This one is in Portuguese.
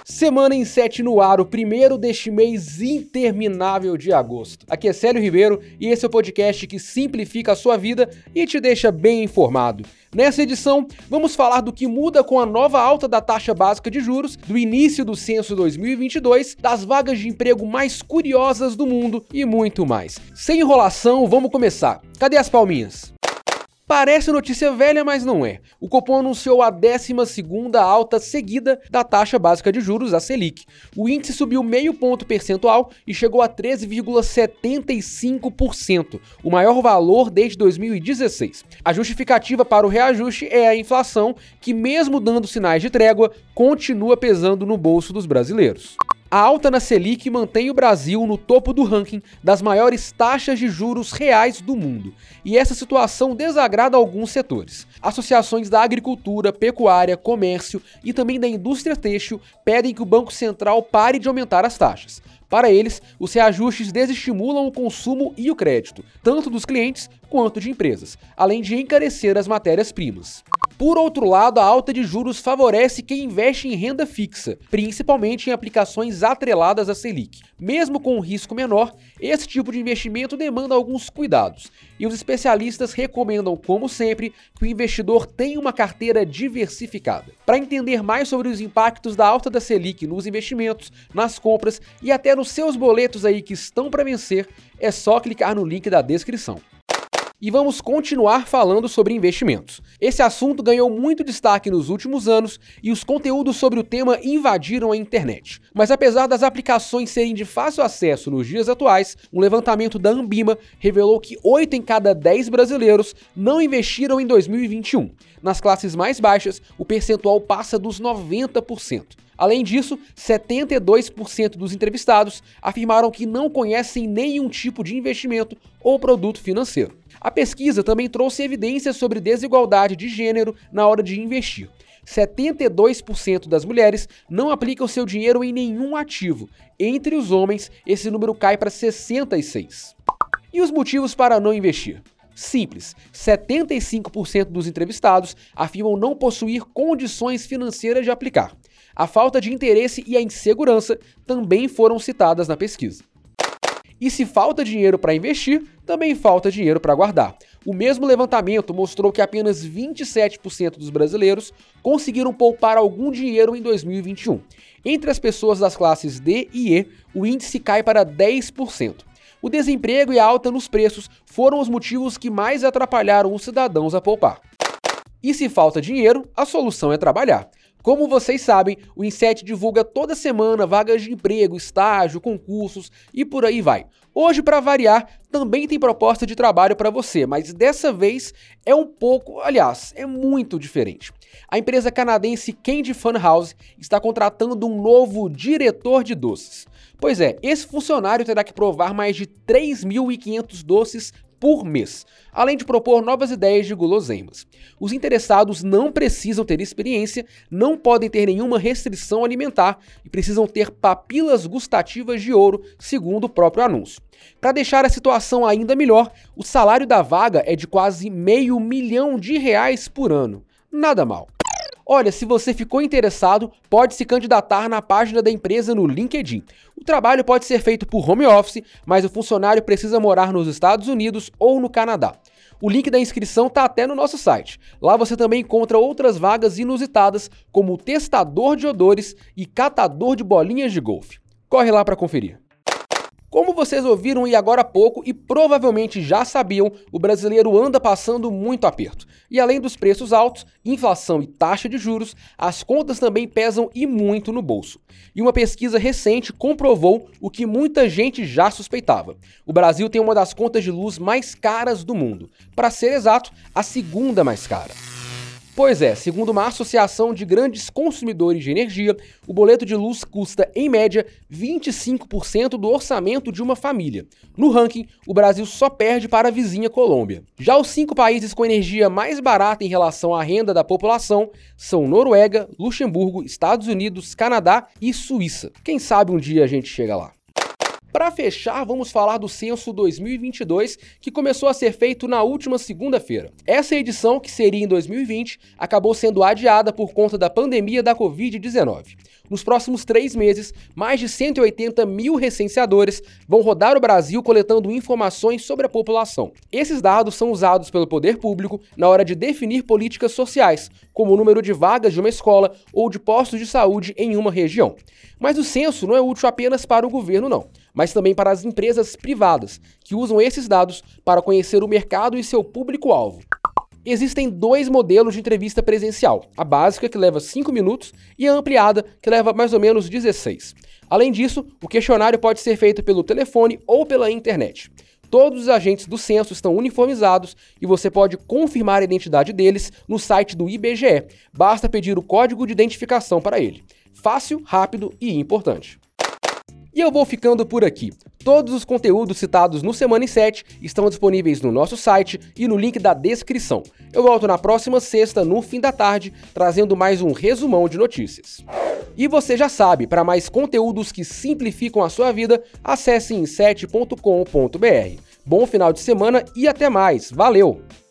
Semana em 7 no ar, o primeiro deste mês interminável de agosto. Aqui é Célio Ribeiro e esse é o podcast que simplifica a sua vida e te deixa bem informado. Nessa edição, vamos falar do que muda com a nova alta da taxa básica de juros, do início do censo 2022, das vagas de emprego mais curiosas do mundo e muito mais. Sem enrolação, vamos começar. Cadê as palminhas? Parece notícia velha, mas não é. O Copom anunciou a 12ª alta seguida da taxa básica de juros, a Selic. O índice subiu meio ponto percentual e chegou a 13,75%, o maior valor desde 2016. A justificativa para o reajuste é a inflação, que mesmo dando sinais de trégua, continua pesando no bolso dos brasileiros. A alta na Selic mantém o Brasil no topo do ranking das maiores taxas de juros reais do mundo. E essa situação desagrada alguns setores. Associações da agricultura, pecuária, comércio e também da indústria têxtil pedem que o Banco Central pare de aumentar as taxas. Para eles, os reajustes desestimulam o consumo e o crédito, tanto dos clientes quanto de empresas, além de encarecer as matérias-primas. Por outro lado, a alta de juros favorece quem investe em renda fixa, principalmente em aplicações atreladas à Selic. Mesmo com um risco menor, esse tipo de investimento demanda alguns cuidados, e os especialistas recomendam, como sempre, que o investidor tenha uma carteira diversificada. Para entender mais sobre os impactos da alta da Selic nos investimentos, nas compras e até nos seus boletos aí que estão para vencer, é só clicar no link da descrição. E vamos continuar falando sobre investimentos. Esse assunto ganhou muito destaque nos últimos anos e os conteúdos sobre o tema invadiram a internet. Mas apesar das aplicações serem de fácil acesso nos dias atuais, um levantamento da Anbima revelou que 8 em cada 10 brasileiros não investiram em 2021. Nas classes mais baixas, o percentual passa dos 90%. Além disso, 72% dos entrevistados afirmaram que não conhecem nenhum tipo de investimento ou produto financeiro. A pesquisa também trouxe evidências sobre desigualdade de gênero na hora de investir. 72% das mulheres não aplicam seu dinheiro em nenhum ativo. Entre os homens, esse número cai para 66%. E os motivos para não investir? Simples, 75% dos entrevistados afirmam não possuir condições financeiras de aplicar. A falta de interesse e a insegurança também foram citadas na pesquisa. E se falta dinheiro para investir, também falta dinheiro para guardar. O mesmo levantamento mostrou que apenas 27% dos brasileiros conseguiram poupar algum dinheiro em 2021. Entre as pessoas das classes D e E, o índice cai para 10%. O desemprego e a alta nos preços foram os motivos que mais atrapalharam os cidadãos a poupar. E se falta dinheiro, a solução é trabalhar. Como vocês sabem, o Inset divulga toda semana vagas de emprego, estágio, concursos e por aí vai. Hoje, para variar, também tem proposta de trabalho para você, mas dessa vez é muito diferente. A empresa canadense Candy Fun House está contratando um novo diretor de doces. Pois é, esse funcionário terá que provar mais de 3.500 doces por mês, além de propor novas ideias de guloseimas. Os interessados não precisam ter experiência, não podem ter nenhuma restrição alimentar e precisam ter papilas gustativas de ouro, segundo o próprio anúncio. Para deixar a situação ainda melhor, o salário da vaga é de quase R$500 mil por ano. Nada mal. Olha, se você ficou interessado, pode se candidatar na página da empresa no LinkedIn. O trabalho pode ser feito por home office, mas o funcionário precisa morar nos Estados Unidos ou no Canadá. O link da inscrição está até no nosso site. Lá você também encontra outras vagas inusitadas, como testador de odores e catador de bolinhas de golfe. Corre lá para conferir. Como vocês ouviram e agora há pouco e provavelmente já sabiam, o brasileiro anda passando muito aperto. E além dos preços altos, inflação e taxa de juros, as contas também pesam e muito no bolso. E uma pesquisa recente comprovou o que muita gente já suspeitava. O Brasil tem uma das contas de luz mais caras do mundo. Para ser exato, a segunda mais cara. Pois é, segundo uma associação de grandes consumidores de energia, o boleto de luz custa, em média, 25% do orçamento de uma família. No ranking, o Brasil só perde para a vizinha Colômbia. Já os 5 países com energia mais barata em relação à renda da população são Noruega, Luxemburgo, Estados Unidos, Canadá e Suíça. Quem sabe um dia a gente chega lá. Para fechar, vamos falar do censo 2022, que começou a ser feito na última segunda-feira. Essa edição, que seria em 2020, acabou sendo adiada por conta da pandemia da Covid-19. Nos próximos 3 meses, mais de 180 mil recenseadores vão rodar o Brasil coletando informações sobre a população. Esses dados são usados pelo poder público na hora de definir políticas sociais, como o número de vagas de uma escola ou de postos de saúde em uma região. Mas o censo não é útil apenas para o governo, não, mas também para as empresas privadas, que usam esses dados para conhecer o mercado e seu público-alvo. Existem 2 modelos de entrevista presencial, a básica, que leva 5 minutos, e a ampliada, que leva mais ou menos 16. Além disso, o questionário pode ser feito pelo telefone ou pela internet. Todos os agentes do censo estão uniformizados e você pode confirmar a identidade deles no site do IBGE. Basta pedir o código de identificação para ele. Fácil, rápido e importante. E eu vou ficando por aqui. Todos os conteúdos citados no Semana em 7 estão disponíveis no nosso site e no link da descrição. Eu volto na próxima sexta, no fim da tarde, trazendo mais um resumão de notícias. E você já sabe, para mais conteúdos que simplificam a sua vida, acesse em7.com.br. Bom final de semana e até mais. Valeu!